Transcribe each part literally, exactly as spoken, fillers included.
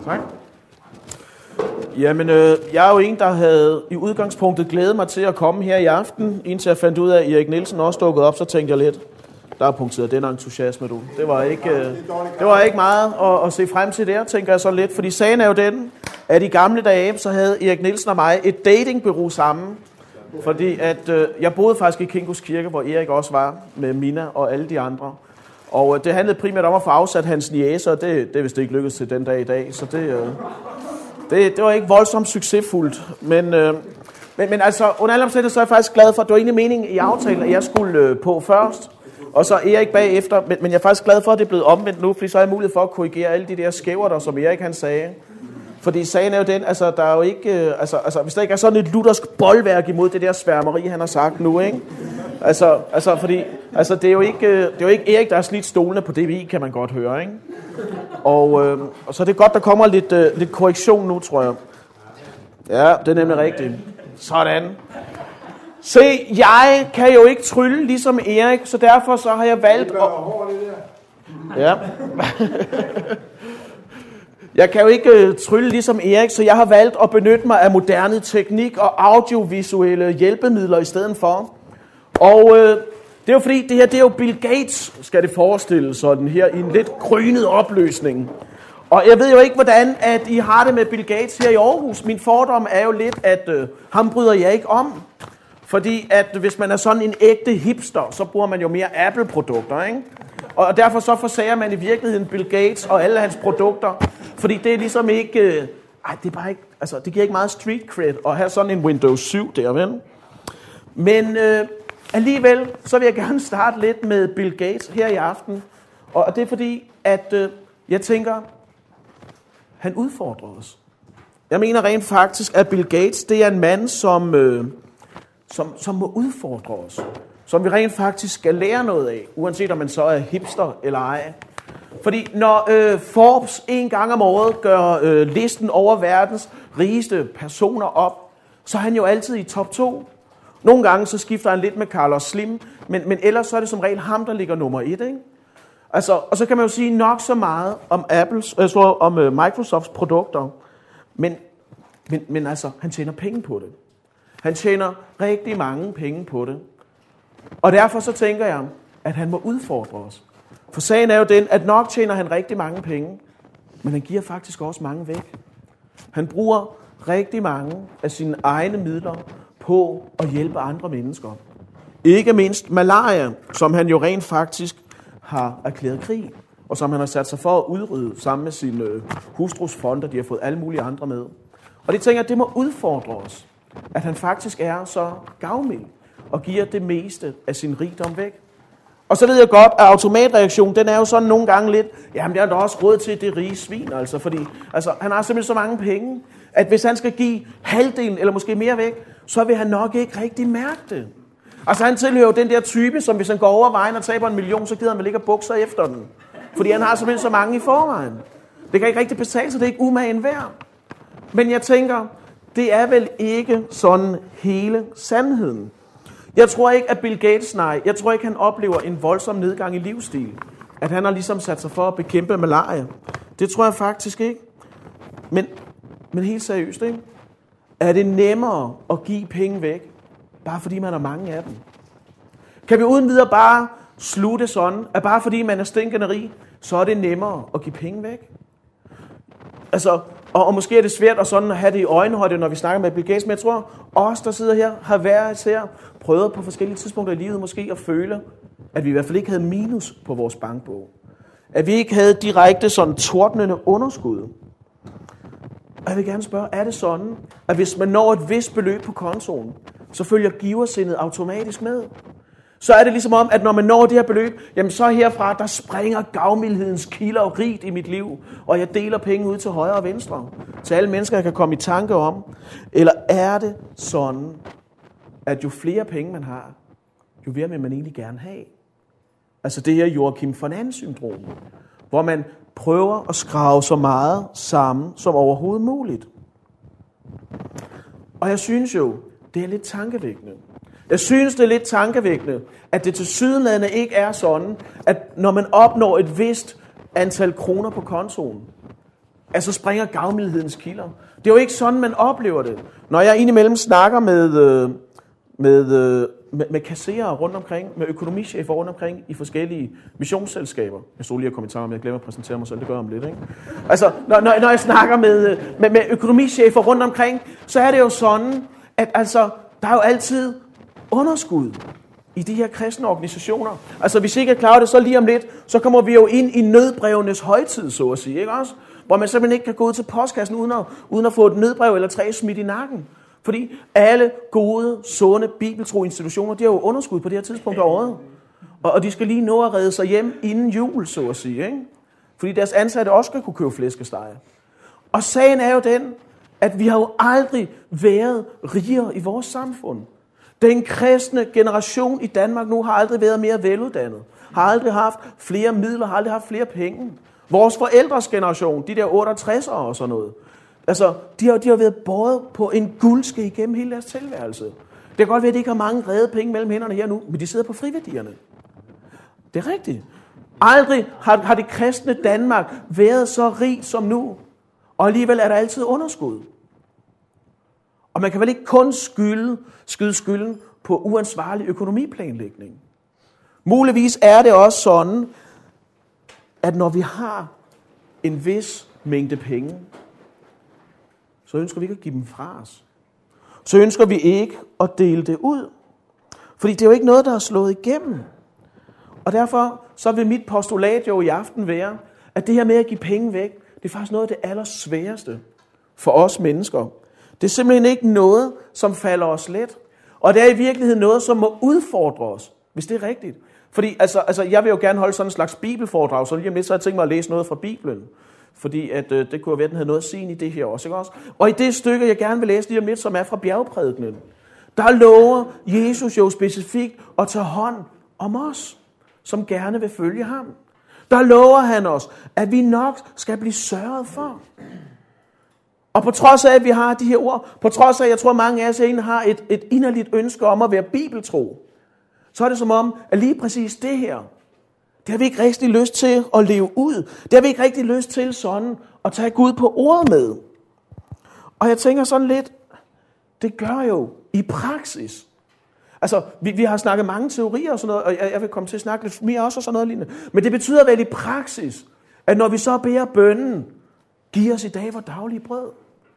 Tak. Jamen, øh, jeg er jo en, der havde i udgangspunktet glædet mig til at komme her i aften, indtil jeg fandt ud af, at Erik Nielsen også dukkede op, så tænkte jeg lidt, der er punkteret den entusiasme, du. Det var ikke, øh, det var ikke meget at, at se frem til der, tænker jeg så lidt. Fordi sagen er jo den, at i gamle dage, så havde Erik Nielsen og mig et datingbureau sammen. Fordi at øh, jeg boede faktisk i Kingus Kirke, hvor Erik også var, med Mina og alle de andre. Og øh, det handlede primært om at få afsat hans niece, og det, det vist ikke lykkedes til den dag i dag. Så det, øh, det, det var ikke voldsomt succesfuldt. Men, øh, men, men altså, under alle omstændigheder, så er jeg faktisk glad for, at det var egentlig meningen i aftalen, at jeg skulle øh, på først. Og så Erik bagefter. Men, men jeg er faktisk glad for, at det er blevet omvendt nu, fordi så har jeg mulighed for at korrigere alle de der skæver der, som Erik han sagde. Fordi sagen er jo den, altså der er jo ikke, øh, altså, altså hvis der ikke er sådan et luthersk boldværk imod det der sværmeri, han har sagt nu, ikke? Altså, altså fordi, altså det er jo ikke, øh, det er jo ikke Erik, der har slidt stolene på D V I, kan man godt høre, ikke? Og, øh, og så er det godt, der kommer lidt, øh, lidt korrektion nu, tror jeg. Ja, det er nemlig rigtigt. Sådan. Se, jeg kan jo ikke trylle ligesom Erik, så derfor så har jeg valgt at... Ja. Jeg kan jo ikke øh, trylle ligesom Erik, så jeg har valgt at benytte mig af moderne teknik og audiovisuelle hjælpemidler i stedet for. Og øh, det er jo fordi, det her det er jo Bill Gates, skal det forestille sådan her, i en lidt grynet opløsning. Og jeg ved jo ikke, hvordan at I har det med Bill Gates her i Aarhus. Min fordom er jo lidt, at øh, ham bryder jeg ikke om. Fordi at hvis man er sådan en ægte hipster, så bruger man jo mere Apple-produkter, ikke? Og derfor så forsager man i virkeligheden Bill Gates og alle hans produkter. Fordi det er ligesom ikke... Øh, ej, det er bare ikke... Altså, det giver ikke meget street cred at have sådan en Windows syv der, vel? Men øh, alligevel, så vil jeg gerne starte lidt med Bill Gates her i aften. Og det er fordi, at øh, jeg tænker, han udfordrer os. Jeg mener rent faktisk, at Bill Gates, det er en mand, som, øh, som, som må udfordre os. Som vi rent faktisk skal lære noget af, uanset om man så er hipster eller ej. Fordi når øh, Forbes en gang om året gør øh, listen over verdens rigeste personer op, så er han jo altid i top to. Nogle gange så skifter han lidt med Carlos Slim, men, men ellers så er det som regel ham, der ligger nummer et, ikke? Altså, og så kan man jo sige nok så meget om Apples, øh, så om øh, Microsofts produkter, men, men, men altså, han tjener penge på det. Han tjener rigtig mange penge på det. Og derfor så tænker jeg, at han må udfordre os. For sagen er jo den, at nok tjener han rigtig mange penge, men han giver faktisk også mange væk. Han bruger rigtig mange af sine egne midler på at hjælpe andre mennesker. Ikke mindst malaria, som han jo rent faktisk har erklæret krig, og som han har sat sig for at udrydde sammen med sine hustrus fonder, de har fået alle mulige andre med. Og det tænker jeg, det må udfordre os, at han faktisk er så gavmild og giver det meste af sin rigdom væk. Og så ved jeg godt, at automatreaktionen, den er jo sådan nogle gange lidt, jamen der er da også råd til det rige svin, altså, fordi altså, han har simpelthen så mange penge, at hvis han skal give halvdelen eller måske mere væk, så vil han nok ikke rigtig mærke det. Altså han tilhører jo den der type, som hvis han går over vejen og taber en million, så gider han vel ikke at bukser efter den. Fordi han har simpelthen så mange i forvejen. Det kan ikke rigtig betale sig, det er ikke umagen værd. Men jeg tænker, det er vel ikke sådan hele sandheden. Jeg tror ikke, at Bill Gates, nej, jeg tror ikke, han oplever en voldsom nedgang i livsstil. At han har ligesom sat sig for at bekæmpe malaria. Det tror jeg faktisk ikke. Men, men helt seriøst, ikke? Er det nemmere at give penge væk, bare fordi man har mange af dem? Kan vi uden videre bare slutte sådan, at bare fordi man er stinkende rig, så er det nemmere at give penge væk? Altså, og, og måske er det svært at, sådan at have det i øjenhøjde, når vi snakker med Bill Gates, men jeg tror, os, der sidder her, har været her, prøvet på forskellige tidspunkter i livet måske at føle, at vi i hvert fald ikke havde minus på vores bankbog. At vi ikke havde direkte sådan tordnende underskud. Og jeg vil gerne spørge, er det sådan, at hvis man når et vist beløb på kontoen, så følger giversindet automatisk med? Så er det ligesom om, at når man når det her beløb, jamen så herfra, der springer gavmildhedens kilder rigt i mit liv, og jeg deler penge ud til højre og venstre, til alle mennesker, jeg kan komme i tanke om. Eller er det sådan, at jo flere penge man har, jo mere vil man egentlig gerne have? Altså det her Joachim von And-syndrom, hvor man prøver at skrave så meget sammen som overhovedet muligt. Og jeg synes jo, det er lidt tankevækkende. Jeg synes, det er lidt tankevækkende, at det tilsyneladende ikke er sådan, at når man opnår et vist antal kroner på kontoen, at så springer gavmildhedens kilder. Det er jo ikke sådan, man oplever det. Når jeg indimellem snakker med, med, med, med kasserer rundt omkring, med økonomichefer rundt omkring i forskellige missionsselskaber. Jeg stod lige og kommentarer, om jeg glemmer at præsentere mig selv, det gør jeg om lidt, ikke? Altså, når, når, når jeg snakker med, med, med økonomichefer rundt omkring, så er det jo sådan, at altså, der er jo altid underskud i de her kristne organisationer. Altså, hvis I ikke er klar over det, så lige om lidt, så kommer vi jo ind i nødbrevenes højtid, så at sige, ikke også? Hvor man simpelthen ikke kan gå ud til postkassen uden at, uden at få et nødbrev eller tre smidt i nakken. Fordi alle gode, sunde, bibeltro institutioner, de har jo underskud på det her tidspunkt af året. Og, og de skal lige nå at redde sig hjem inden jul, så at sige, ikke? Fordi deres ansatte også skal kunne købe flæskesteg. Og sagen er jo den, at vi har jo aldrig været rigere i vores samfund. Den kristne generation i Danmark nu har aldrig været mere veluddannet. Har aldrig haft flere midler, har aldrig haft flere penge. Vores forældres generation, de der otteogtredsere og sådan noget, altså, de har, de har været båret på en guldske igennem hele deres tilværelse. Det kan godt være, at de ikke har mange redde penge mellem hænderne her nu, men de sidder på friværdierne. Det er rigtigt. Aldrig har, har det kristne Danmark været så rigt som nu, og alligevel er der altid underskud. Og man kan vel ikke kun skylde, skyde skylden på uansvarlig økonomiplanlægning. Muligvis er det også sådan, at når vi har en vis mængde penge, så ønsker vi ikke at give dem fra os. Så ønsker vi ikke at dele det ud. Fordi det er jo ikke noget, der er slået igennem. Og derfor så vil mit postulat jo i aften være, at det her med at give penge væk, det er faktisk noget af det allersværeste for os mennesker. Det er simpelthen ikke noget, som falder os let. Og det er i virkeligheden noget, som må udfordre os, hvis det er rigtigt. Fordi altså, altså, jeg vil jo gerne holde sådan en slags bibelforedrag, så lige om lidt så har jeg tænkt mig at læse noget fra Bibelen. Fordi at, øh, det kunne jo være, at den havde noget at sige i det her også, ikke også? Og i det stykke, jeg gerne vil læse lige om lidt, som er fra bjergprædikenen, der lover Jesus jo specifikt at tage hånd om os, som gerne vil følge ham. Der lover han os, at vi nok skal blive sørget for. Og på trods af, at vi har de her ord, på trods af, at jeg tror, mange af os egentlig har et, et inderligt ønske om at være bibeltro, så er det som om, at lige præcis det her, det har vi ikke rigtig lyst til at leve ud. Det har vi ikke rigtig lyst til sådan at tage Gud på ordet med. Og jeg tænker sådan lidt, det gør jo i praksis. Altså, vi, vi har snakket mange teorier og sådan noget, og jeg, jeg vil komme til at snakke lidt mere også og sådan noget lignende. Men det betyder vel i praksis, at når vi så beder bønnen, giv os i dag vores daglige brød,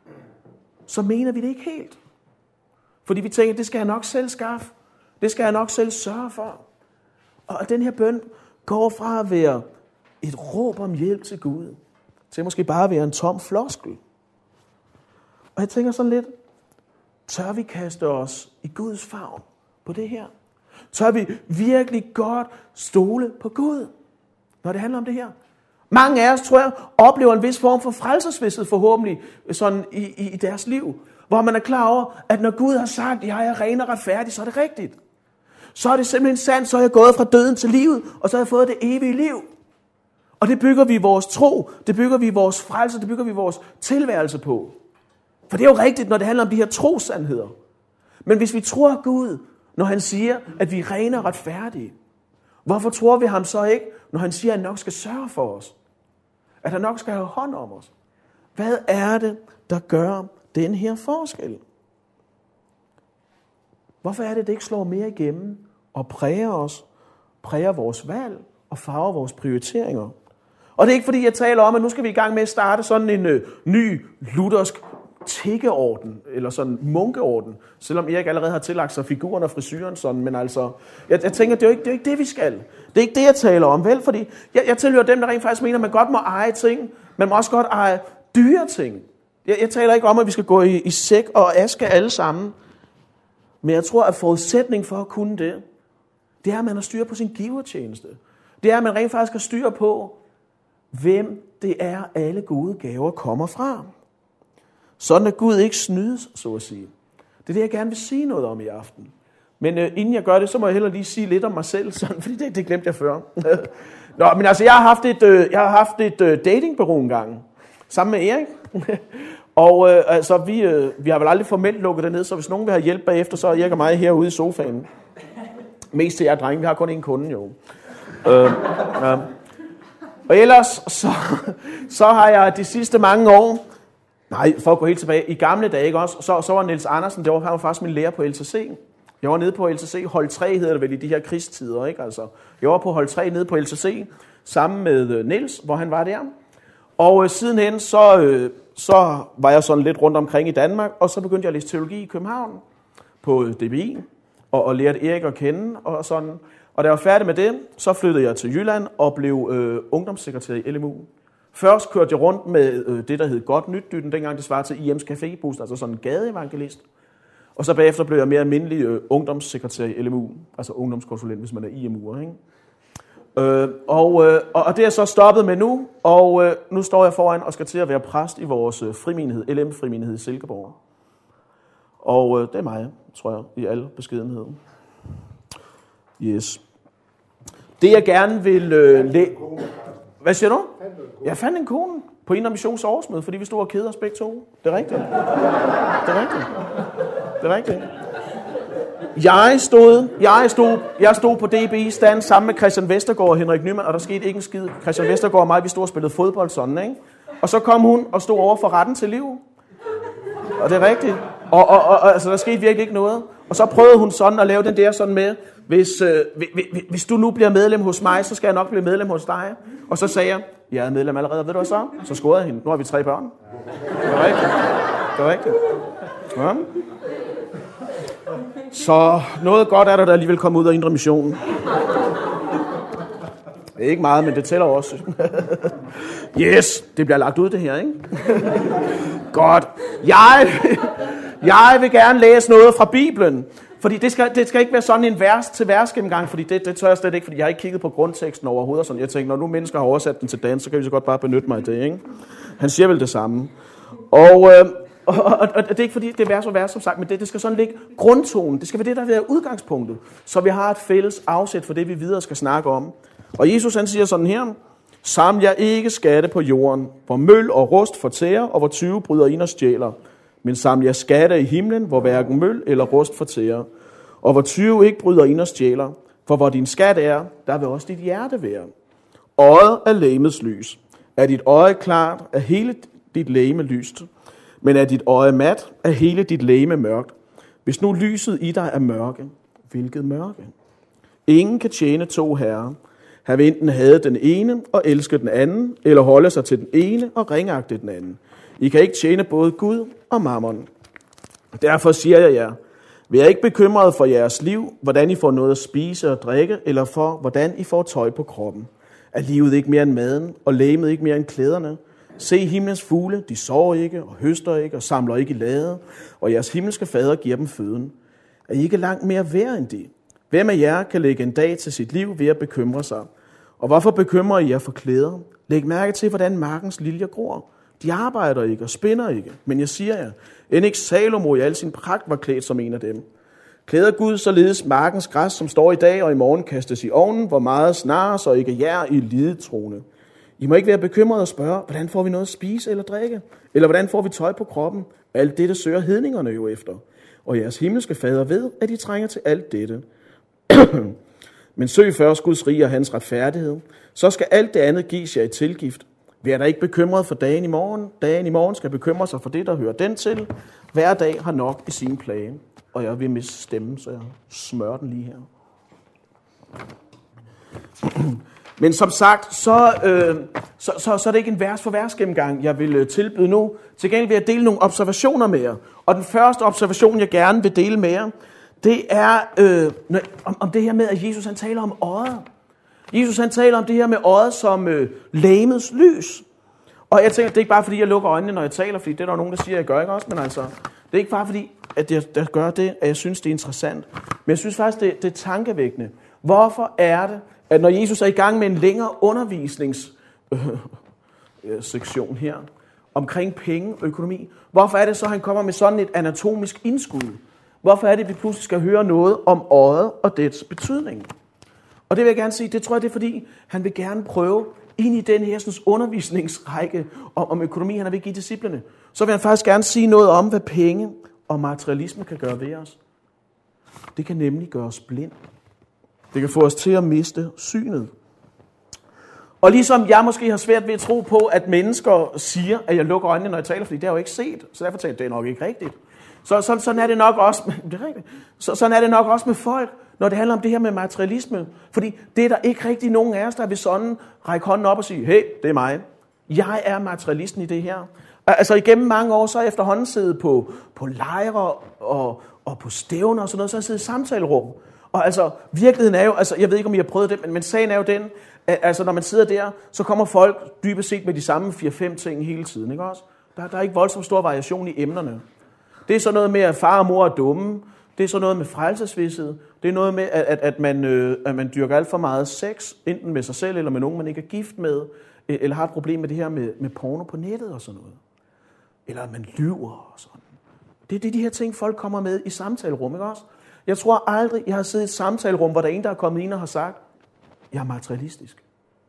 så mener vi det ikke helt. Fordi vi tænker, det skal jeg nok selv skaffe. Det skal jeg nok selv sørge for. Og den her bøn går fra at være et råb om hjælp til Gud, til måske bare at være en tom floskel. Og jeg tænker sådan lidt, tør vi kaste os i Guds favn på det her? Tør vi virkelig godt stole på Gud, når det handler om det her? Mange af os, tror jeg, oplever en vis form for frelsesvidsthed forhåbentlig sådan i, i, i deres liv, hvor man er klar over, at når Gud har sagt, at jeg er ren og retfærdig, så er det rigtigt. Så er det simpelthen sandt, så er jeg gået fra døden til livet, og så har jeg fået det evige liv. Og det bygger vi vores tro, det bygger vi vores frelse, det bygger vi vores tilværelse på. For det er jo rigtigt, når det handler om de her trosandheder. Men hvis vi tror Gud, når han siger, at vi er rene og retfærdige, hvorfor tror vi ham så ikke, når han siger, at han nok skal sørge for os? At han nok skal have hånd om os? Hvad er det, der gør den her forskel? Hvorfor er det, det ikke slår mere igennem og præger os, præger vores valg og farver vores prioriteringer? Og det er ikke fordi, jeg taler om, at nu skal vi i gang med at starte sådan en ø, ny luthersk tiggeorden, eller sådan munkeorden, selvom Erik allerede har tillagt sig figuren og frisyren sådan, men altså, jeg, jeg tænker, det er, jo ikke, det er jo ikke det, vi skal. Det er ikke det, jeg taler om, vel? Fordi jeg, jeg tilhører dem, der rent faktisk mener, at man godt må eje ting, man må også godt eje dyre ting. Jeg, jeg taler ikke om, at vi skal gå i, i sæk og aske alle sammen, men jeg tror, at forudsætningen for at kunne det, det er, at man har styr på sin givertjeneste. Det er, at man rent faktisk har styr på, hvem det er, alle gode gaver kommer fra. Sådan at Gud ikke snydes, så at sige. Det er det, jeg gerne vil sige noget om i aften. Men øh, inden jeg gør det, så må jeg hellere lige sige lidt om mig selv, sådan, fordi det, det glemte jeg før. Nå, men altså, jeg har haft et, øh, jeg har haft et øh, datingbureau en gang, sammen med Erik. Og øh, altså, vi, øh, vi har vel aldrig formelt lukket det ned, så hvis nogen vil have hjælp bagefter, så er Erik og mig herude i sofaen. Mest til jer drenge, vi har kun én kunde jo. øh, øh. Og ellers, så, så har jeg de sidste mange år, nej, for at gå helt tilbage, i gamle dage, ikke også, så, så var Niels Andersen, det var, han var faktisk min lærer på L T C. Jeg var nede på L T C, hold tre hedder det vel i de her krigstider, ikke? Altså, jeg var på hold tre nede på L T C, sammen med Niels, hvor han var der. Og øh, sidenhen, så, øh, så var jeg sådan lidt rundt omkring i Danmark, og så begyndte jeg at læse teologi i København på D B I, og, og lærte Erik at kende, og sådan. Og da jeg var færdig med det, så flyttede jeg til Jylland og blev øh, ungdomssekretær i L M U. Først kørte jeg rundt med øh, det, der hed Godt Nyt-dytten, dengang det svarede til I M's Cafébus, altså sådan en gadeevangelist. Og så bagefter blev jeg mere almindelig øh, ungdomssekretær i L M U, altså ungdomskonsulent, hvis man er I M U'er, ikke? Øh, og, øh, og det er jeg så stoppet med nu, og øh, nu står jeg foran og skal til at være præst i vores øh, frimenighed, L M-frimenighed i Silkeborg. Og øh, det er mig, tror jeg, i al beskedenhed. Yes. Det jeg gerne vil øh, læ... Hvad siger du? Jeg fandt en kone på Indre Missions årsmøde, fordi vi stod og kedede os begge to. Det er rigtigt. Det er rigtigt. Det er rigtigt. Jeg stod, jeg stod, jeg stod på D B I-stand sammen med Christian Vestergaard og Henrik Nyman, og der skete ikke en skid. Christian Vestergaard og mig, vi stod og spillede fodbold sådan, ikke? Og så kom hun og stod over for retten til liv. Og det er rigtigt. Og, og, og, og altså, der skete virkelig ikke noget. Og så prøvede hun sådan at lave den der sådan med, hvis, øh, hvis, hvis du nu bliver medlem hos mig, så skal jeg nok blive medlem hos dig. Og så sagde jeg, jeg er medlem allerede, ved du hvad så? Så scorede jeg hende. Nu har vi tre børn. Det var rigtigt. Det var rigtigt. Ja. Så noget godt er der, der alligevel kommer ud af Indre Mission. Det er ikke meget, men det tæller også. Yes, det bliver lagt ud det her, ikke? Godt. Jeg, jeg vil gerne læse noget fra Bibelen. Fordi det skal, det skal ikke være sådan en vers til vers gennemgang, fordi det, det tør jeg slet ikke, fordi jeg har ikke kigget på grundteksten overhovedet. Sådan. Jeg tænkte, når nu mennesker har oversat den til dansk, så kan vi så godt bare benytte mig af det, ikke? Han siger vel det samme. Og, øh, og, og, og det er ikke fordi, det er vers og vers, som sagt, men det, det skal sådan ligge grundtonen. Det skal være det, der vil være udgangspunktet, så vi har et fælles afsæt for det, vi videre skal snakke om. Og Jesus han siger sådan her, saml jer ikke skatte på jorden, hvor møl og rust fortærer, og hvor tyve bryder ind og stjæler. Men saml jer skatte i himlen, hvor hverken møl eller rust fortærer, og hvor tyve ikke bryder ind og stjæler. For hvor din skat er, der vil også dit hjerte være. Øjet er legemets lys. Er dit øje klart, er hele dit legeme lyst. Men er dit øje mat, er hele dit legeme mørkt. Hvis nu lyset i dig er mørke, hvilket mørke? Ingen kan tjene to herrer. Han vil enten hade den ene og elske den anden, eller holde sig til den ene og ringagte den anden. I kan ikke tjene både Gud og mammon. Derfor siger jeg jer, vær ikke bekymret for jeres liv, hvordan I får noget at spise og drikke, eller for hvordan I får tøj på kroppen. Er livet ikke mere end maden, og legemet ikke mere end klæderne? Se himlens fugle, de sover ikke og høster ikke og samler ikke i lade, og jeres himmelske fader giver dem føden. Er I ikke langt mere værd end de? Hvem af jer kan lægge en dag til sit liv ved at bekymre sig? Og hvorfor bekymrer I jer for klæder? Læg mærke til, hvordan markens liljer gror. De arbejder ikke og spinder ikke, men jeg siger jer, end ikke Salomo i al sin pragt var klædt som en af dem. Klæder Gud således markens græs, som står i dag og i morgen kastes i ovnen, hvor meget snares og ikke jær i lidetrone. I må ikke være bekymrede og spørge, hvordan får vi noget at spise eller drikke? Eller hvordan får vi tøj på kroppen? Alt dette søger hedningerne jo efter. Og jeres himmelske fader ved, at I trænger til alt dette. Men søg først Guds rige og hans retfærdighed, så skal alt det andet gives jer i tilgift. Vær da ikke bekymret for dagen i morgen. Dagen i morgen skal bekymre sig for det, der hører den til. Hver dag har nok i sin plage. Og jeg vil miste stemmen, så jeg smører den lige her. Men som sagt, så, øh, så, så, så er det ikke en vers for vers gennemgang, jeg vil tilbyde nu. Til gengæld vil jeg dele nogle observationer med jer. Og den første observation, jeg gerne vil dele med jer, det er øh, om, om det her med, at Jesus han taler om øjet. Jesus han taler om det her med øjet som øh, legemets lys. Og jeg tænker, det er ikke bare fordi, jeg lukker øjnene, når jeg taler, fordi det er der nogen, der siger, jeg gør ikke også, men altså, det er ikke bare fordi, at jeg der gør det, at jeg synes, det er interessant. Men jeg synes faktisk, det, det er tankevækkende. Hvorfor er det, at når Jesus er i gang med en længere undervisningssektion her, omkring penge og økonomi, hvorfor er det så, at han kommer med sådan et anatomisk indskud? Hvorfor er det, at vi pludselig skal høre noget om øjet og dets betydning? Og det vil jeg gerne sige, det tror jeg, det er fordi, han vil gerne prøve ind i den her sådan, undervisningsrække om, om økonomi, han vil give disciplene. Så vil han faktisk gerne sige noget om, hvad penge og materialisme kan gøre ved os. Det kan nemlig gøre os blind. Det kan få os til at miste synet. Og ligesom jeg måske har svært ved at tro på, at mennesker siger, at jeg lukker øjnene, når jeg taler, fordi det har jeg jo ikke set. Så derfor tænker jeg, det er nok ikke rigtigt. Så, så sådan er det nok også med, det er rigtigt. Så, sådan er det nok også med folk, når det handler om det her med materialisme. Fordi det er der ikke rigtig nogen af os, der vil sådan række hånden op og sige, hey, det er mig. Jeg er materialisten i det her. Altså igennem mange år, så er jeg efterhånden siddet på, på lejre og, og på stævner og sådan noget, så har jeg siddet i samtalerum. Og altså, virkeligheden er jo, altså jeg ved ikke, om I har prøvet det, men, men sagen er jo den, at altså, når man sidder der, så kommer folk dybest set med de samme fire fem ting hele tiden, ikke også? Der, der er ikke voldsomt stor variation i emnerne. Det er så noget med, at far og mor er dumme. Det er så noget med frelsesvished. Det er noget med, at, at, at, man, øh, at man dyrker alt for meget sex, enten med sig selv eller med nogen, man ikke er gift med, eller har et problem med det her med, med porno på nettet og sådan noget. Eller at man lyver og sådan. Det er det, de her ting, folk kommer med i samtalerum, ikke også? Jeg tror aldrig, jeg har siddet i et samtalerum, hvor der er en, der er kommet ind og har sagt, jeg er materialistisk.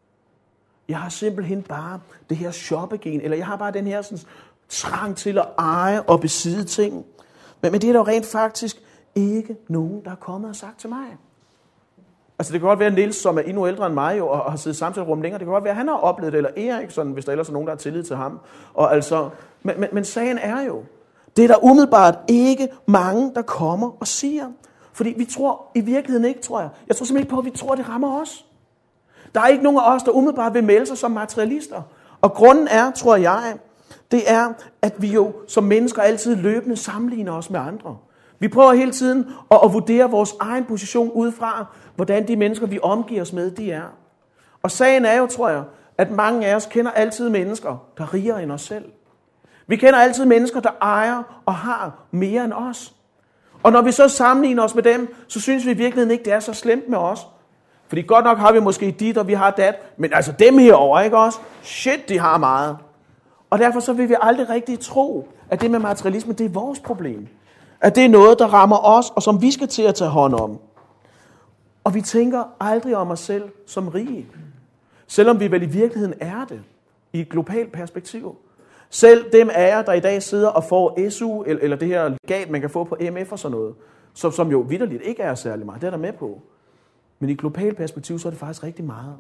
Jeg har simpelthen bare det her shoppegen, eller jeg har bare den her sådan, trang til at eje og besidde ting. Men, men det er der jo rent faktisk ikke nogen, der er kommet og sagt til mig. Altså det kan godt være, at Niels, som er endnu ældre end mig jo, og har siddet i samtalerum længere, det kan godt være, at han har oplevet det, eller Erik, sådan, hvis der ellers er nogen, der har tillid til ham. Og altså, men, men, men sagen er jo, det er der umiddelbart ikke mange, der kommer og siger. Fordi vi tror i virkeligheden ikke, tror jeg. Jeg tror simpelthen ikke på, at vi tror, at det rammer os. Der er ikke nogen af os, der umiddelbart vil melde sig som materialister. Og grunden er, tror jeg, det er, at vi jo som mennesker altid løbende sammenligner os med andre. Vi prøver hele tiden at, at vurdere vores egen position ud fra, hvordan de mennesker, vi omgiver os med, de er. Og sagen er jo, tror jeg, at mange af os kender altid mennesker, der er rigere end os selv. Vi kender altid mennesker, der ejer og har mere end os. Og når vi så sammenligner os med dem, så synes vi i virkeligheden ikke, det er så slemt med os. Fordi godt nok har vi måske dit, og vi har dat, men altså dem herovre, ikke også? Shit, de har meget. Og derfor så vil vi aldrig rigtig tro, at det med materialisme, det er vores problem. At det er noget, der rammer os, og som vi skal til at tage hånd om. Og vi tænker aldrig om os selv som rige. Selvom vi vel i virkeligheden er det, i et globalt perspektiv. Selv dem af jer, der i dag sidder og får S U, eller, eller det her legat, man kan få på M F og sådan noget, som, som jo vitterligt ikke er særlig meget, det er der med på. Men i et globalt perspektiv, så er det faktisk rigtig meget.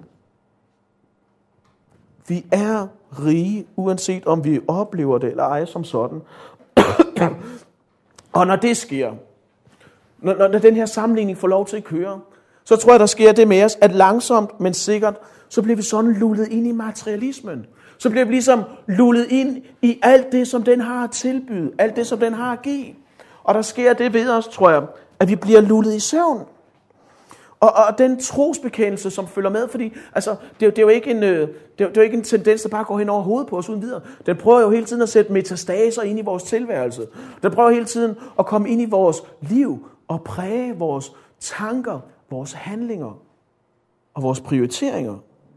Vi er rige, uanset om vi oplever det eller ej som sådan. Og når det sker, når, når den her sammenligning får lov til at køre, så tror jeg, der sker det med os, at langsomt, men sikkert, så bliver vi sådan lullet ind i materialismen. Så bliver vi ligesom lullet ind i alt det, som den har at tilbyde, alt det, som den har at give. Og der sker det ved os, tror jeg, at vi bliver lullet i søvn. Og, og den trosbekendelse, som følger med, fordi altså, det, er, det, er jo ikke en, det, er, det er jo ikke en tendens, der bare går hen over hovedet på os uden videre. Den prøver jo hele tiden at sætte metastaser ind i vores tilværelse. Den prøver hele tiden at komme ind i vores liv og præge vores tanker, vores handlinger og vores prioriteringer.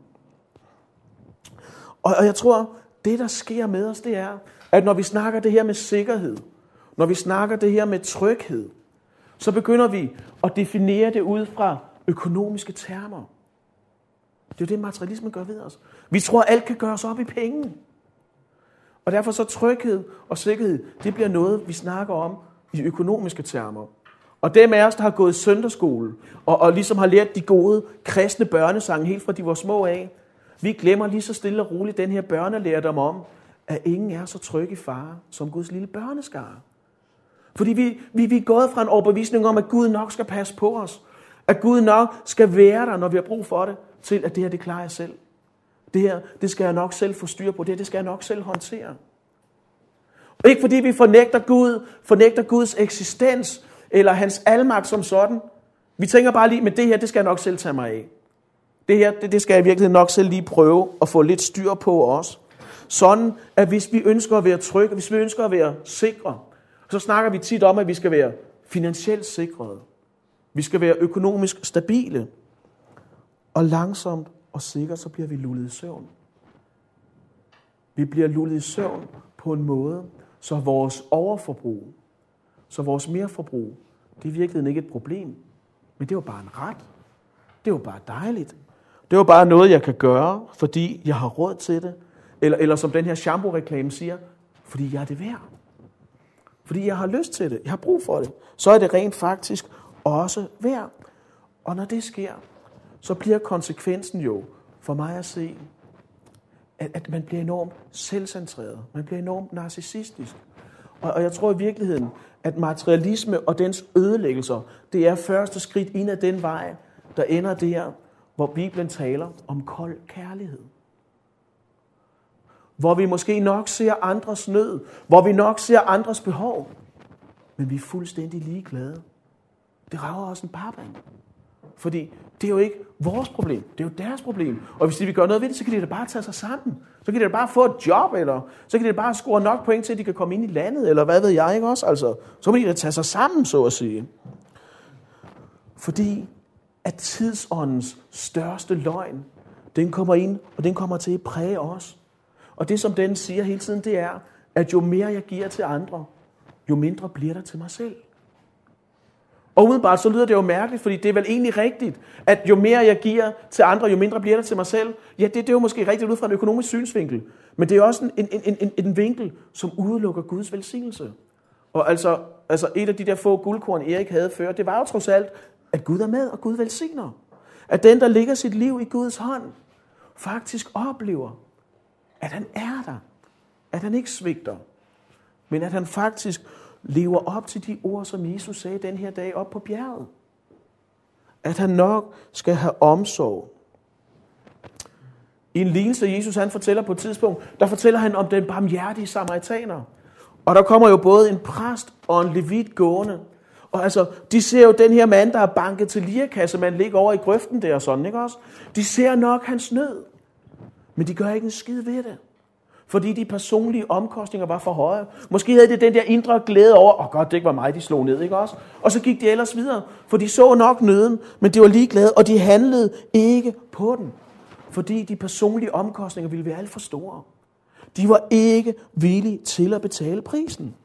Og, og jeg tror, det der sker med os, det er, at når vi snakker det her med sikkerhed, når vi snakker det her med tryghed, så begynder vi at definere det ud fra økonomiske termer. Det er jo det, materialismen gør ved os. Vi tror, at alt kan gøres op i penge. Og derfor så tryghed og sikkerhed, det bliver noget, vi snakker om i økonomiske termer. Og dem af os, der har gået i søndagsskole, og, og ligesom har lært de gode kristne børnesange helt fra de var små af, vi glemmer lige så stille og roligt den her børnelærdom om, at ingen er så trygge i far som Guds lille børneskare. Fordi vi, vi, vi er gået fra en overbevisning om, at Gud nok skal passe på os. At Gud nok skal være der, når vi har brug for det, til at det her, det klarer jeg selv. Det her, det skal jeg nok selv få styr på. Det her, det skal jeg nok selv håndtere. Og ikke fordi vi fornægter Gud, fornægter Guds eksistens, eller hans almagt som sådan. Vi tænker bare lige, men det her, det skal jeg nok selv tage mig af. Det her, det, det skal jeg virkelig nok selv lige prøve at få lidt styr på os. Sådan, at hvis vi ønsker at være trygge, hvis vi ønsker at være sikre, så snakker vi tit om, at vi skal være finansielt sikrede. Vi skal være økonomisk stabile. Og langsomt og sikkert, så bliver vi lullet i søvn. Vi bliver lullet i søvn på en måde, så vores overforbrug, så vores merforbrug, det er i virkeligheden ikke et problem. Men det er jo bare en ret. Det er jo bare dejligt. Det er jo bare noget, jeg kan gøre, fordi jeg har råd til det. Eller, eller som den her shampoo-reklame siger, fordi jeg er det værd. Fordi jeg har lyst til det, jeg har brug for det, så er det rent faktisk også værd. Og når det sker, så bliver konsekvensen jo for mig at se at, at man bliver enormt selvcentreret. Man bliver enormt narcissistisk. Og, og jeg tror i virkeligheden, at materialisme og dens ødelæggelser, det er første skridt ind ad den vej, der ender der, hvor Bibelen taler om kold kærlighed. Hvor vi måske nok ser andres nød, hvor vi nok ser andres behov, men vi er fuldstændig ligeglade. Det rager os en parband. Fordi det er jo ikke vores problem, det er jo deres problem. Og hvis de vil gøre noget ved det, så kan de da bare tage sig sammen. Så kan de da bare få et job, eller så kan de da bare score nok point til, at de kan komme ind i landet, eller hvad ved jeg, ikke også? Altså, så må de da tage sig sammen, så at sige. Fordi at tidsåndens største løgn, den kommer ind, og den kommer til at præge os. Og det, som den siger hele tiden, det er, at jo mere jeg giver til andre, jo mindre bliver der til mig selv. Og udenbart så lyder det jo mærkeligt, fordi det er vel egentlig rigtigt, at jo mere jeg giver til andre, jo mindre bliver der til mig selv. Ja, det, det er jo måske rigtigt ud fra en økonomisk synsvinkel, men det er også en, en, en, en vinkel, som udelukker Guds velsignelse. Og altså, altså et af de der få guldkorn, Erik havde før, det var jo trods alt, at Gud er med, og Gud velsigner. At den, der lægger sit liv i Guds hånd, faktisk oplever, at han er der. At han ikke svigter, men at han faktisk lever op til de ord, som Jesus sagde den her dag op på bjerget. At han nok skal have omsorg. I en lignelse, Jesus han fortæller på et tidspunkt, der fortæller han om den barmhjertige samaritaner. Og der kommer jo både en præst og en levit gående. Og altså, de ser jo den her mand, der er banket til lirekasse, man ligger over i grøften der og sådan, ikke også? De ser nok hans nød, men de gør ikke en skid ved det. Fordi de personlige omkostninger var for høje. Måske havde det den der indre glæde over, åh oh godt, det ikke var mig, de slog ned, ikke også? Og så gik de ellers videre, for de så nok nøden, men de var ligeglade, og de handlede ikke på den. Fordi de personlige omkostninger ville være alt for store. De var ikke villige til at betale prisen.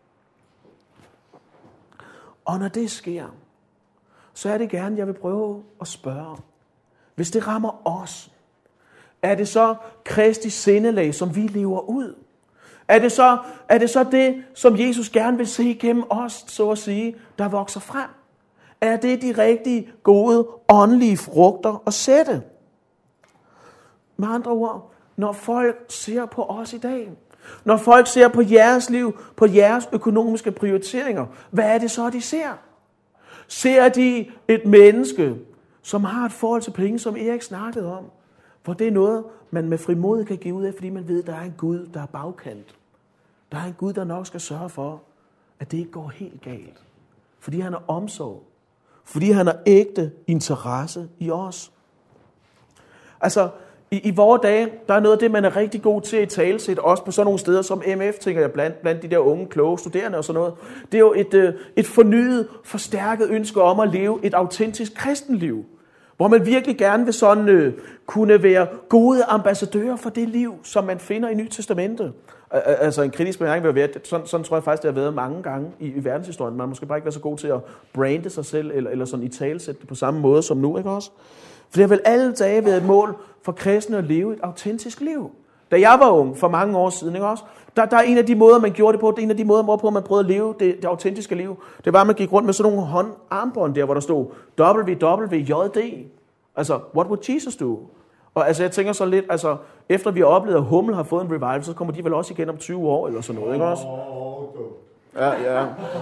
Og når det sker, så er det gerne, jeg vil prøve at spørge. Hvis det rammer os, er det så Kristi sindelag, som vi lever ud? Er det, så, er det så det, som Jesus gerne vil se gennem os, så at sige, der vokser frem? Er det de rigtige, gode, åndelige frugter at sætte? Med andre ord, når folk ser på os i dag, når folk ser på jeres liv, på jeres økonomiske prioriteringer, hvad er det så, de ser? Ser de et menneske, som har et forhold til penge, som Erik snakkede om? For det er noget, man med frimodighed kan give ud af, fordi man ved, at der er en Gud, der er bagkant. Der er en Gud, der nok skal sørge for, at det ikke går helt galt. Fordi han har omsorg. Fordi han har ægte interesse i os. Altså, i, i vore dage, der er noget af det, man er rigtig god til at talesætte, også på sådan nogle steder som M F, tænker jeg, blandt, blandt de der unge, kloge studerende og sådan noget. Det er jo et, et fornyet, forstærket ønske om at leve et autentisk kristenliv. Hvor man virkelig gerne vil sådan, øh, kunne være gode ambassadører for det liv, som man finder i Nyt Testamente. Altså en kritisk bemærkning vil være, at sådan, sådan tror jeg faktisk, det har været mange gange i, i verdenshistorien. Man har måske bare ikke været så god til at brande sig selv, eller, eller sådan i talesætte det på samme måde som nu, ikke også? For det har vel alle dage været et mål for kristne at leve et autentisk liv. Da jeg var ung, for mange år siden, ikke også? Der, der er en af de måder, man gjorde det på, det er en af de måder, hvorpå man prøvede at leve det, det autentiske liv. Det var, at man gik rundt med sådan nogle håndarmbånd der, hvor der stod W W J D. Altså, what would Jesus do? Og altså, jeg tænker så lidt, altså, efter vi har oplevet, at Hummel har fået en revival, så kommer de vel også igen om tyve år, eller sådan noget, ikke også? Ja, ja.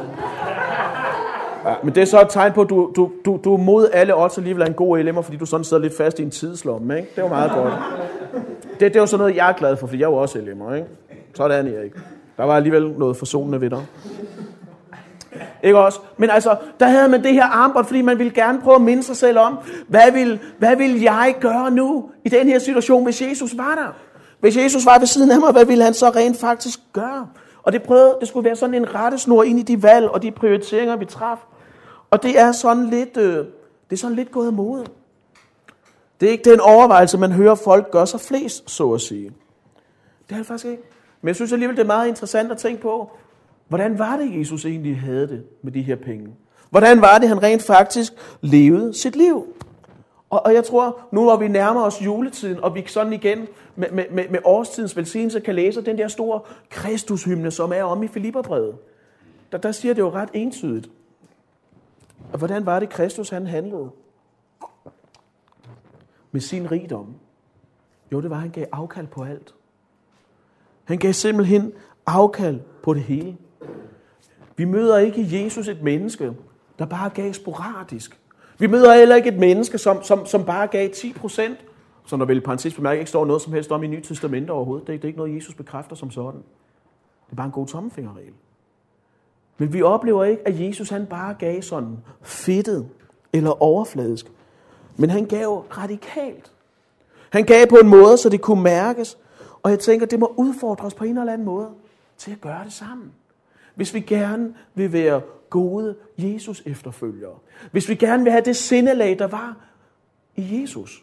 Ja, men det er så et tegn på, at du, du, du, du er mod alle odds alligevel er en god L M'er, fordi du sådan sidder lidt fast i en tidslomme, ikke? Det var meget godt. Det, det er jo sådan noget, jeg er glad for, fordi jeg er jo også L M'er, ikke? Sådan er jeg ikke. Der var alligevel noget forsonende ved dig. Ikke også? Men altså, der havde man det her armbånd, fordi man ville gerne prøve at minde sig selv om, hvad vil, hvad vil jeg gøre nu i den her situation, hvis Jesus var der? Hvis Jesus var ved siden af mig, hvad ville han så rent faktisk gøre? Og det prøvede, det skulle være sådan en rettesnor ind i de valg og de prioriteringer, vi traf. Og det er sådan lidt, øh, det er sådan lidt gået af mode. Det er ikke den overvejelse, man hører folk gør sig flest, så at sige. Det er det faktisk ikke. Men jeg synes alligevel, det er meget interessant at tænke på, hvordan var det, Jesus egentlig havde det med de her penge? Hvordan var det, han rent faktisk levede sit liv? Og, og jeg tror, nu hvor vi nærmer os juletiden, og vi sådan igen med, med, med, med årstidens velsignelse kan læse den der store Kristushymne, som er om i Filipperbrevet, der, der siger det jo ret entydigt. Og hvordan var det, Kristus han handlede? Med sin rigdom. Jo, det var, at han gav afkald på alt. Han gav simpelthen afkald på det hele. Vi møder ikke i Jesus et menneske, der bare gav sporadisk. Vi møder heller ikke et menneske, som, som, som bare gav ti procent, som der vel i parentes bemærket ikke står noget som helst om i Nye Testamente overhovedet. Det er, det er ikke noget, Jesus bekræfter som sådan. Det er bare en god tommelfingerregel. Men vi oplever ikke, at Jesus han bare gav sådan fedtet eller overfladisk. Men han gav radikalt. Han gav på en måde, så det kunne mærkes. Og jeg tænker, det må udfordre os på en eller anden måde til at gøre det sammen. Hvis vi gerne vil være gode Jesus efterfølgere. Hvis vi gerne vil have det sindelag, der var i Jesus.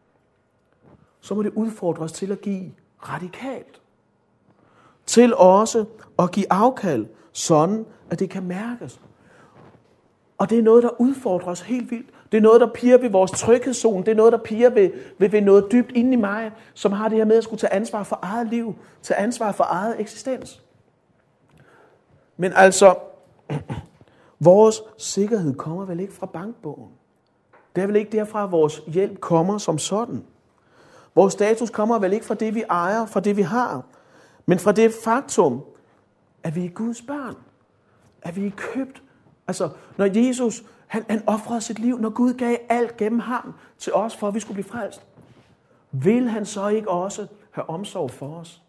Så må det udfordre os til at give radikalt. Til også at give afkald, sådan at det kan mærkes. Og det er noget, der udfordrer os helt vildt. Det er noget, der piger ved vores tryghedszone. Det er noget, der piger ved, ved, ved noget dybt inde i mig, som har det her med at skulle tage ansvar for eget liv. Tage ansvar for eget eksistens. Men altså, vores sikkerhed kommer vel ikke fra bankbogen. Det er vel ikke derfra, vores hjælp kommer som sådan. Vores status kommer vel ikke fra det, vi ejer, fra det, vi har. Men fra det faktum, at vi er Guds børn. At vi er købt. Altså, når Jesus, han, han ofrede sit liv, når Gud gav alt gennem ham til os, for at vi skulle blive frelst, vil han så ikke også have omsorg for os?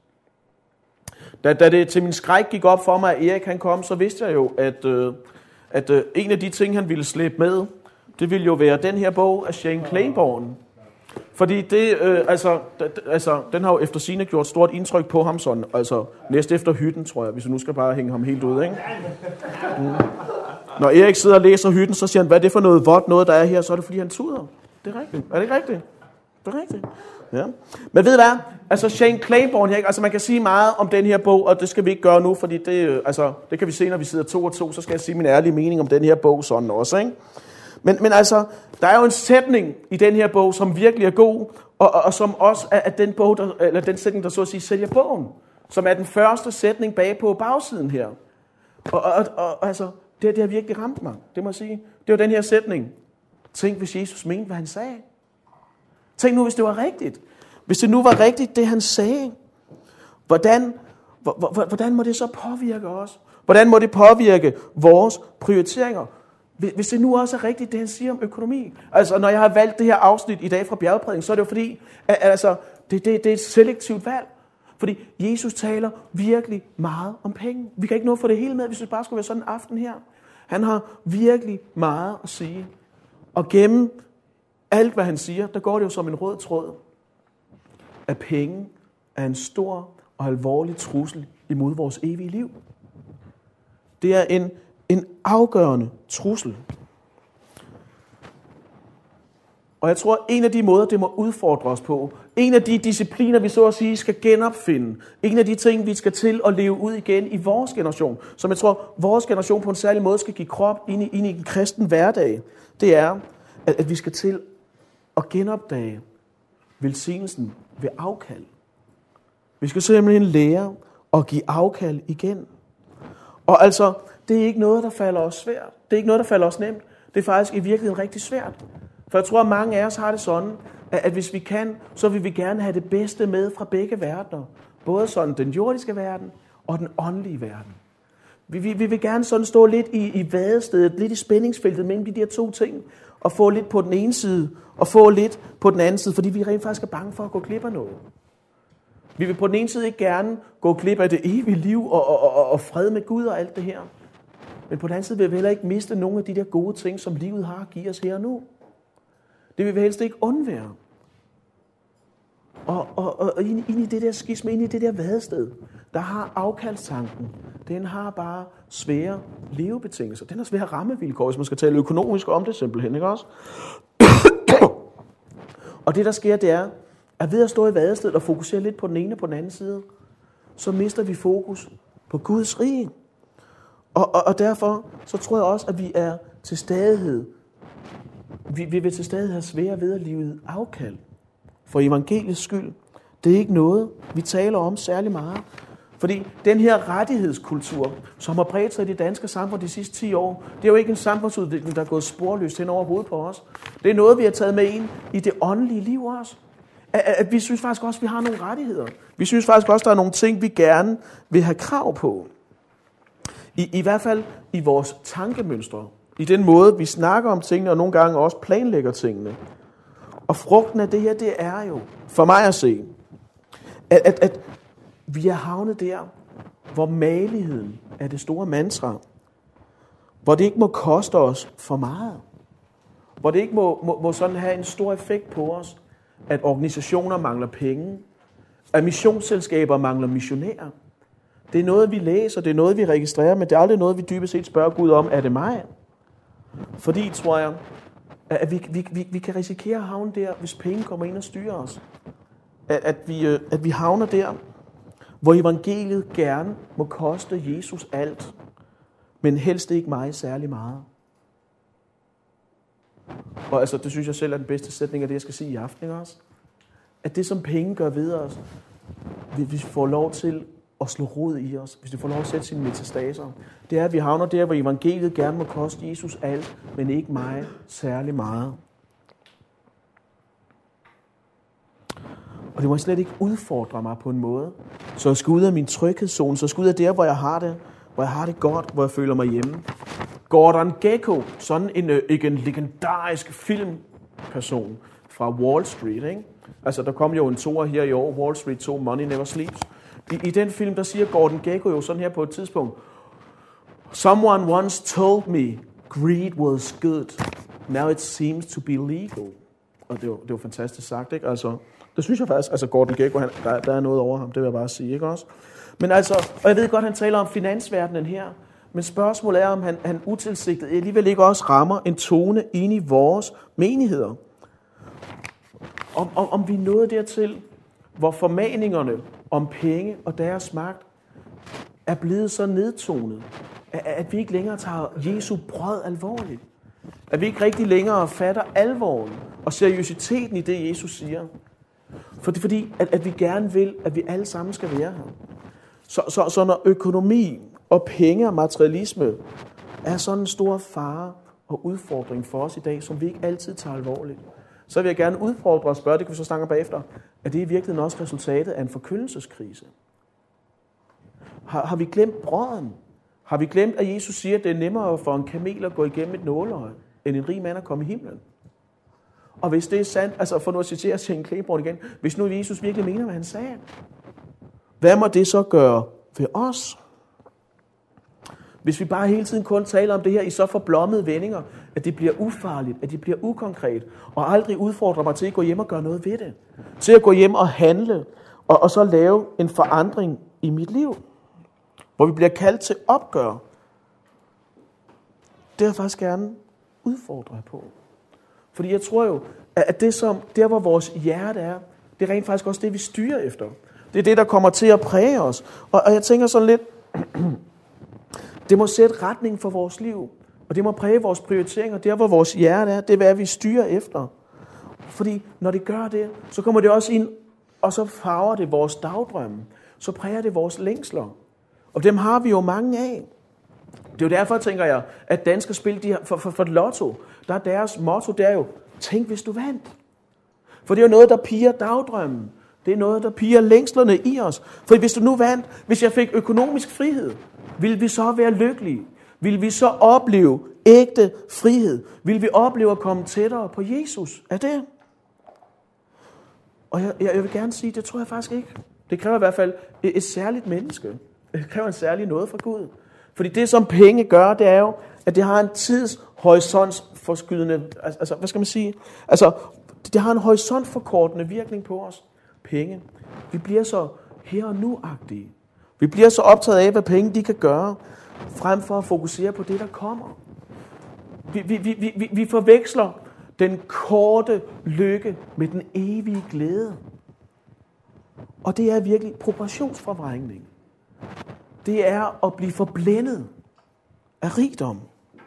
Da, da det til min skræk gik op for mig, at Erik han kom, så vidste jeg jo, at, øh, at øh, en af de ting, han ville slæbe med, det ville jo være den her bog af Shane Claiborne. Fordi det, øh, altså, d- altså, den har jo efter sigende gjort stort indtryk på ham, sådan, altså næst efter Hytten, tror jeg, hvis vi nu skal bare hænge ham helt ud, ikke? Mm. Når Erik sidder og læser Hytten, så siger han, hvad er det for noget vådt noget, der er her? Så er det, fordi han tuder. Det er rigtigt. Er det ikke rigtigt? Det er rigtigt. Ja. Men ved I hvad? Altså Shane Claiborne her, altså man kan sige meget om den her bog, og det skal vi ikke gøre nu, fordi det, altså, det kan vi se, når vi sidder to og to, så skal jeg sige min ærlige mening om den her bog sådan også, ikke? Men, men altså, der er jo en sætning i den her bog, som virkelig er god, og, og, og som også er, er den, bog, der, eller den sætning, der så at sige sælger bogen, som er den første sætning bag på bagsiden her. Og, og, og altså, det, det har virkelig ramt mig, det må jeg sige. Det var den her sætning. Tænk, hvis Jesus mente, hvad han sagde. Tænk nu, hvis det var rigtigt. Hvis det nu var rigtigt, det han sagde. Hvordan, hvordan må det så påvirke os? Hvordan må det påvirke vores prioriteringer? Hvis det nu også er rigtigt, det han siger om økonomi. Altså, når jeg har valgt det her afsnit i dag fra bjergprædiken, så er det jo fordi, at, altså, det, det, det er et selektivt valg. Fordi Jesus taler virkelig meget om penge. Vi kan ikke nå at få det hele med, hvis det bare skulle være sådan en aften her. Han har virkelig meget at sige. Og gennem alt, hvad han siger, der går det jo som en rød tråd. At penge er en stor og alvorlig trussel imod vores evige liv. Det er en, en afgørende trussel. Og jeg tror, at en af de måder, det må udfordre os på, en af de discipliner, vi så at sige skal genopfinde, en af de ting, vi skal til at leve ud igen i vores generation, som jeg tror, vores generation på en særlig måde skal give krop ind i, ind i en kristen hverdag, det er, at, at vi skal til at genopdage velsignelsen ved afkald. Vi skal simpelthen lære at give afkald igen. Og altså, det er ikke noget, der falder os svært. Det er ikke noget, der falder os nemt. Det er faktisk i virkeligheden rigtig svært. For jeg tror, at mange af os har det sådan, at hvis vi kan, så vil vi gerne have det bedste med fra begge verdener. Både sådan den jordiske verden og den åndelige verden. Vi, vi, vi vil gerne sådan stå lidt i, i vadestedet, lidt i spændingsfeltet mellem de der to ting, og få lidt på den ene side, og få lidt på den anden side, fordi vi rent faktisk er bange for at gå glip af noget. Vi vil på den ene side ikke gerne gå glip af det evige liv og, og, og, og fred med Gud og alt det her. Men på den anden side vil vi heller ikke miste nogle af de der gode ting, som livet har at give os her og nu. Det vil vi helst ikke undvære. Og, og, og ind, ind i det der skisme, ind i det der vadested, der har afkaldstanken, den har bare svære levebetingelser. Den har svære rammevilkår, hvis man skal tale økonomisk om det simpelthen, ikke også? Og det der sker, det er, at ved at stå i vadestedet og fokusere lidt på den ene og på den anden side, så mister vi fokus på Guds rige. Og, og, og derfor så tror jeg også, at vi er til stadighed, vi, vi vil til stadighed have svære ved at leve afkald. For evangeliets skyld. Det er ikke noget, vi taler om særlig meget. Fordi den her rettighedskultur, som har bredt sig i det danske samfund de sidste ti år, det er jo ikke en samfundsudvikling, der er gået sporløst hen over hovedet på os. Det er noget, vi har taget med ind i det åndelige liv også. At, at vi synes faktisk også, at vi har nogle rettigheder. Vi synes faktisk også, at der er nogle ting, vi gerne vil have krav på. I, i hvert fald i vores tankemønstre. I den måde, vi snakker om tingene, og nogle gange også planlægger tingene. Og frugten af det her, det er jo, for mig at se, at, at, at vi er havnet der, hvor maligheden er det store mantra. Hvor det ikke må koste os for meget. Hvor det ikke må, må, må sådan have en stor effekt på os, at organisationer mangler penge, at missionsselskaber mangler missionærer. Det er noget, vi læser, det er noget, vi registrerer, men det er aldrig noget, vi dybest set spørger Gud om, er det mig? Fordi, tror jeg, at vi, vi, vi, vi kan risikere at havne der, hvis penge kommer ind og styrer os. At, at, vi, at vi havner der, hvor evangeliet gerne må koste Jesus alt, men helst ikke mig særlig meget. Og altså, det synes jeg selv er den bedste sætning af det, jeg skal sige i aften også. At det, som penge gør ved os, hvis vi får lov til at slå rod i os, hvis vi får lov at sætte sine metastaser, det er, at vi havner der, hvor evangeliet gerne må koste Jesus alt, men ikke mig særlig meget. Og det må slet ikke udfordre mig på en måde, så jeg skal ud af min tryghedszone, så jeg skal ud af der, hvor jeg har det, hvor jeg har det godt, hvor jeg føler mig hjemme. Gordon Gekko, sådan en, ikke en legendarisk filmperson fra Wall Street, ikke? Altså, der kom jo en toer her i år, Wall Street to, Money Never Sleeps. I, I den film, der siger Gordon Gekko jo sådan her på et tidspunkt, Someone once told me, greed was good. Now it seems to be legal. Og det var, det var fantastisk sagt, ikke? Altså, det synes jeg faktisk, altså Gordon Gekko, han, der, der er noget over ham, det vil jeg bare sige, ikke også? Men altså, og jeg ved godt, han taler om finansverdenen her, men spørgsmålet er, om han, han utilsigtet alligevel ikke også rammer en tone ind i vores menigheder. Om, om, om vi er nået dertil, hvor formaningerne om penge og deres magt er blevet så nedtonet, at, at vi ikke længere tager Jesu brød alvorligt. At vi ikke rigtig længere fatter alvoren og seriøsiteten i det, Jesus siger. For det er fordi, at, at vi gerne vil, at vi alle sammen skal være her. Så, så, så når økonomi og penge og materialisme er sådan en stor fare og udfordring for os i dag, som vi ikke altid tager alvorligt, så vil jeg gerne udfordre og spørge, det kan vi så snakke om bagefter, at det i virkeligheden også resultatet af en forkyndelseskrise. Har, har vi glemt brøden? Har vi glemt, at Jesus siger, at det er nemmere for en kamel at gå igennem et nåleøje, end en rig mand at komme i himlen? Og hvis det er sandt, altså for nu at citere Shane Claiborne igen, hvis nu Jesus virkelig mener, hvad han sagde, hvad må det så gøre ved os? Hvis vi bare hele tiden kun taler om det her i så forblommede vendinger, at det bliver ufarligt, at det bliver ukonkret, og aldrig udfordrer mig til at gå hjem og gøre noget ved det. Til at gå hjem og handle, og, og så lave en forandring i mit liv, hvor vi bliver kaldt til opgør. Det vil jeg faktisk gerne udfordre jer på. Fordi jeg tror jo, at det som, der hvor vores hjerte er, det er rent faktisk også det, vi styrer efter. Det er det, der kommer til at præge os. Og, og jeg tænker sådan lidt, det må sætte retning for vores liv. Og det må præge vores prioriteringer. Der hvor vores hjerte er, det er, hvad vi styrer efter. Fordi når det gør det, så kommer det også ind, og så farver det vores dagdrømme. Så præger det vores længsler. Og dem har vi jo mange af. Det er jo derfor, tænker jeg, at danskere spil de her, for, for, for lotto, der er deres motto, det er jo, tænk hvis du vandt. For det er jo noget, der piger dagdrømmen. Det er noget, der piger længslerne i os. For hvis du nu vandt, hvis jeg fik økonomisk frihed, ville vi så være lykkelige? Vil vi så opleve ægte frihed? Vil vi opleve at komme tættere på Jesus? Er det? Og jeg, jeg vil gerne sige, det tror jeg faktisk ikke. Det kræver i hvert fald et, et særligt menneske. Det kræver en særlig noget fra Gud. Fordi det, som penge gør, det er jo, at det har en tidshorisontsforskydende, altså hvad skal man sige? Altså, det har en horisontforkortende virkning på os. Penge. Vi bliver så her og nu-agtige. Vi bliver så optaget af, hvad penge de kan gøre, frem for at fokusere på det, der kommer. Vi, vi, vi, vi, vi forveksler den korte lykke med den evige glæde. Og det er virkelig proportionsforvrængning. Det er at blive forblændet af rigdom.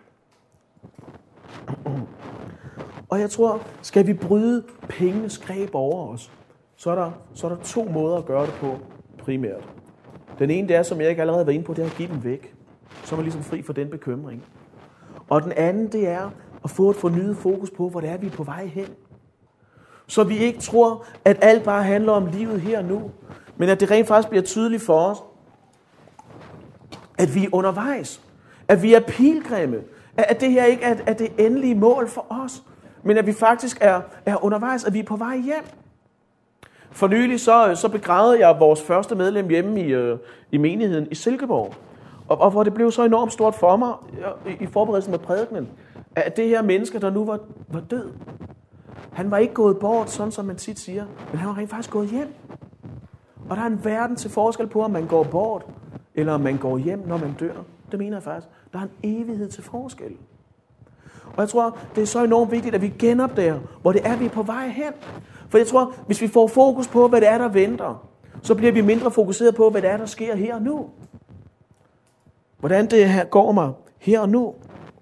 Og jeg tror, skal vi bryde pengenes greb over os, så er der, så er der to måder at gøre det på primært. Den ene, det er, som jeg ikke allerede var inde på, det er at give dem væk. Så er man ligesom fri for den bekymring. Og den anden, det er at få et fornyet fokus på, hvor det er, vi er på vej hen. Så vi ikke tror, at alt bare handler om livet her og nu. Men at det rent faktisk bliver tydeligt for os, at vi er undervejs. At vi er pilgrimme. At det her ikke er, er det endelige mål for os. Men at vi faktisk er, er undervejs, at vi er på vej hjem. For nylig så, så begravede jeg vores første medlem hjemme i, øh, i menigheden i Silkeborg. Og, og hvor det blev så enormt stort for mig i, i forberedelsen med prædikenen, at det her menneske, der nu var, var død, han var ikke gået bort, sådan som man tit siger, men han var rent faktisk gået hjem. Og der er en verden til forskel på, om man går bort, eller om man går hjem, når man dør. Det mener jeg faktisk. Der er en evighed til forskel. Og jeg tror, det er så enormt vigtigt, at vi genopdager, hvor det er, vi er på vej hen. For jeg tror, hvis vi får fokus på, hvad det er, der venter, så bliver vi mindre fokuseret på, hvad det er, der sker her og nu. Hvordan det her går mig her og nu.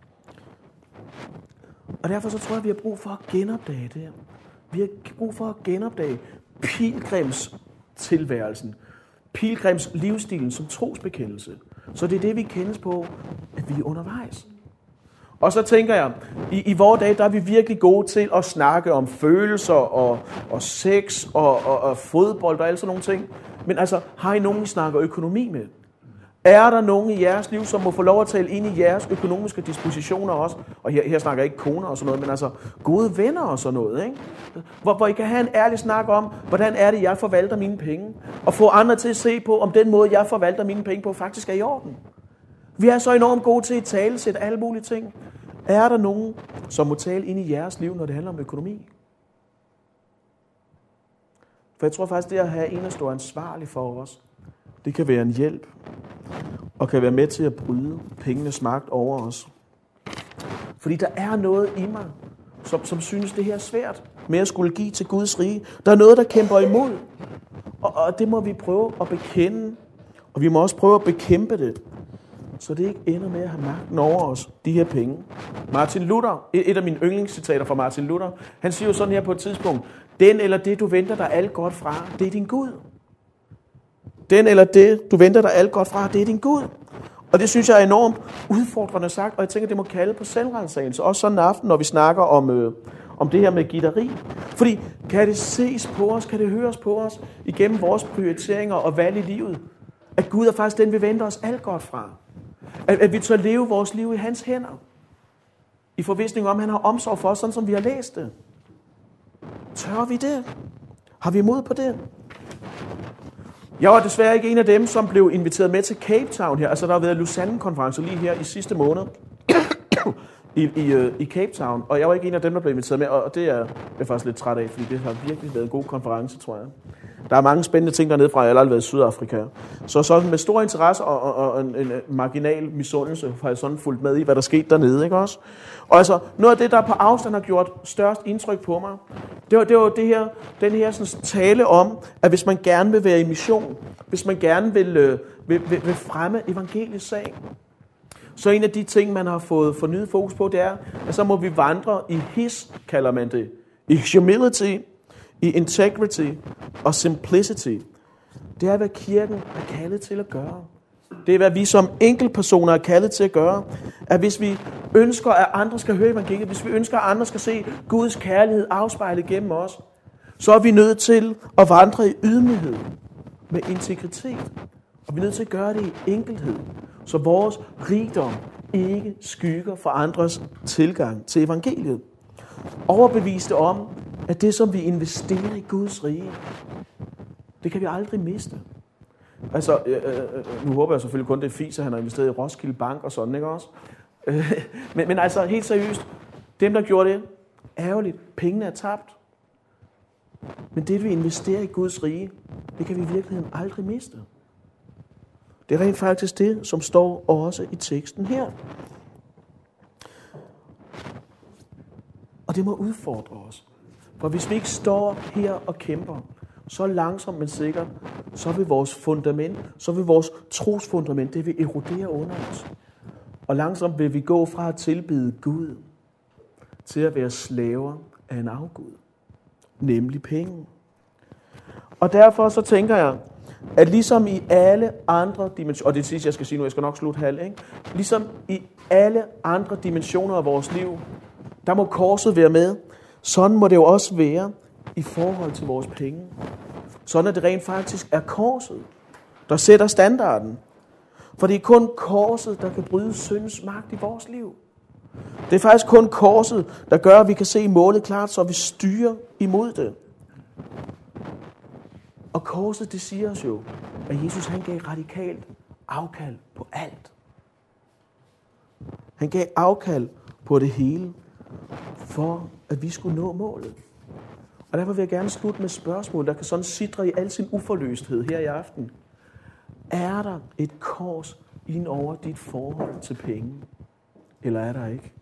Og derfor så tror jeg, at vi har brug for at genopdage det her. Vi har brug for at genopdage pilgrimstilværelsen. Pilgrims livsstilen som trosbekendelse. Så det er det, vi kendes på, at vi er undervejs. Og så tænker jeg, i, i vores dag, der er vi virkelig gode til at snakke om følelser og, og sex og, og, og fodbold og alle sådan nogle ting. Men altså, har I nogen, I snakker økonomi med? Er der nogen i jeres liv, som må få lov at tale ind i jeres økonomiske dispositioner også? Og her, her snakker jeg ikke koner og sådan noget, men altså gode venner og sådan noget, ikke? Hvor, hvor I kan have en ærlig snak om, hvordan er det, jeg forvalter mine penge? Og få andre til at se på, om den måde, jeg forvalter mine penge på, faktisk er i orden. Vi er så enormt gode til at tale til alle mulige ting. Er der nogen, som må tale ind i jeres liv, når det handler om økonomi? For jeg tror faktisk, det at have en, der står ansvarlig for os, det kan være en hjælp. Og kan være med til at bryde pengenes magt over os. Fordi der er noget i mig, som, som synes, det her er svært med at skulle give til Guds rige. Der er noget, der kæmper imod. Og, og det må vi prøve at bekende. Og vi må også prøve at bekæmpe det. Så det ikke ender med at have magten over os, de her penge. Martin Luther, et af mine yndlingscitater fra Martin Luther, han siger jo sådan her på et tidspunkt: den eller det, du venter dig alt godt fra, det er din Gud. Den eller det, du venter dig alt godt fra, det er din Gud. Og det synes jeg er enormt udfordrende sagt, og jeg tænker, det må kalde på selvransagelse. Også sådan en aften, når vi snakker om, øh, om det her med gitteri. Fordi kan det ses på os, kan det høres på os, igennem vores prioriteringer og valg i livet, at Gud er faktisk den, vi venter os alt godt fra. At, at vi tør leve vores liv i hans hænder. I forvisning om, at han har omsorg for os, sådan som vi har læst det. Tør vi det? Har vi mod på det? Jeg var desværre ikke en af dem, som blev inviteret med til Cape Town her. Altså, der har været Lausanne-konference lige her i sidste måned i, i, i Cape Town. Og jeg var ikke en af dem, der blev inviteret med, og det er jeg er faktisk lidt træt af, fordi det har virkelig været en god konference, tror jeg. Der er mange spændende ting dernede fra. Jeg har aldrig været i Sydafrika. Så sådan med stor interesse og, og, og en, en marginal misundelse har jeg sådan fulgt med i, hvad der skete dernede, ikke også? Og altså, noget af det, der på afstand har gjort størst indtryk på mig, det var, det var det her, den her sådan, tale om, at hvis man gerne vil være i mission, hvis man gerne vil, øh, vil, vil, vil fremme evangeliets sag, så en af de ting, man har fået fornyet fokus på, det er, at så må vi vandre i his, kalder man det, i humility, i integrity og simplicity. Det er, hvad kirken er kaldet til at gøre. Det er, hvad vi som enkeltpersoner er kaldet til at gøre. At hvis vi ønsker, at andre skal høre evangeliet, hvis vi ønsker, at andre skal se Guds kærlighed afspejlet gennem os, så er vi nødt til at vandre i ydmyghed med integritet. Og vi er nødt til at gøre det i enkelhed, så vores rigdom ikke skygger for andres tilgang til evangeliet. Overbeviste om, at det, som vi investerer i Guds rige, det kan vi aldrig miste. Altså, øh, øh, nu håber jeg selvfølgelig kun, det er fis, at han har investeret i Roskilde Bank og sådan, ikke også? Øh, men, men altså, helt seriøst, dem, der gjorde det, ærgerligt, pengene er tabt. Men det, vi investerer i Guds rige, det kan vi i virkeligheden aldrig miste. Det er rent faktisk det, som står også i teksten her. Og det må udfordre os. For hvis vi ikke står her og kæmper, så langsomt men sikkert, så vil vores fundament, så vil vores trosfundament, det vil erodere under os. Og langsomt vil vi gå fra at tilbede Gud, til at være slaver af en afgud, nemlig penge. Og derfor så tænker jeg, at ligesom i alle andre dimensioner, og det sidste jeg skal sige nu, jeg skal nok slutte halv, ikke? Ligesom i alle andre dimensioner af vores liv, der må korset være med. Sådan må det jo også være i forhold til vores penge. Sådan at det rent faktisk er korset, der sætter standarden. For det er kun korset, der kan bryde syndens magt i vores liv. Det er faktisk kun korset, der gør, at vi kan se målet klart, så vi styrer imod det. Og korset, det siger os jo, at Jesus han gav radikalt afkald på alt. Han gav afkald på det hele, for at vi skulle nå målet. Og derfor vil jeg gerne slutte med et spørgsmål, der kan sådan sidre i al sin uforløsthed her i aften. Er der et kors ind over dit forhold til penge? Eller er der ikke?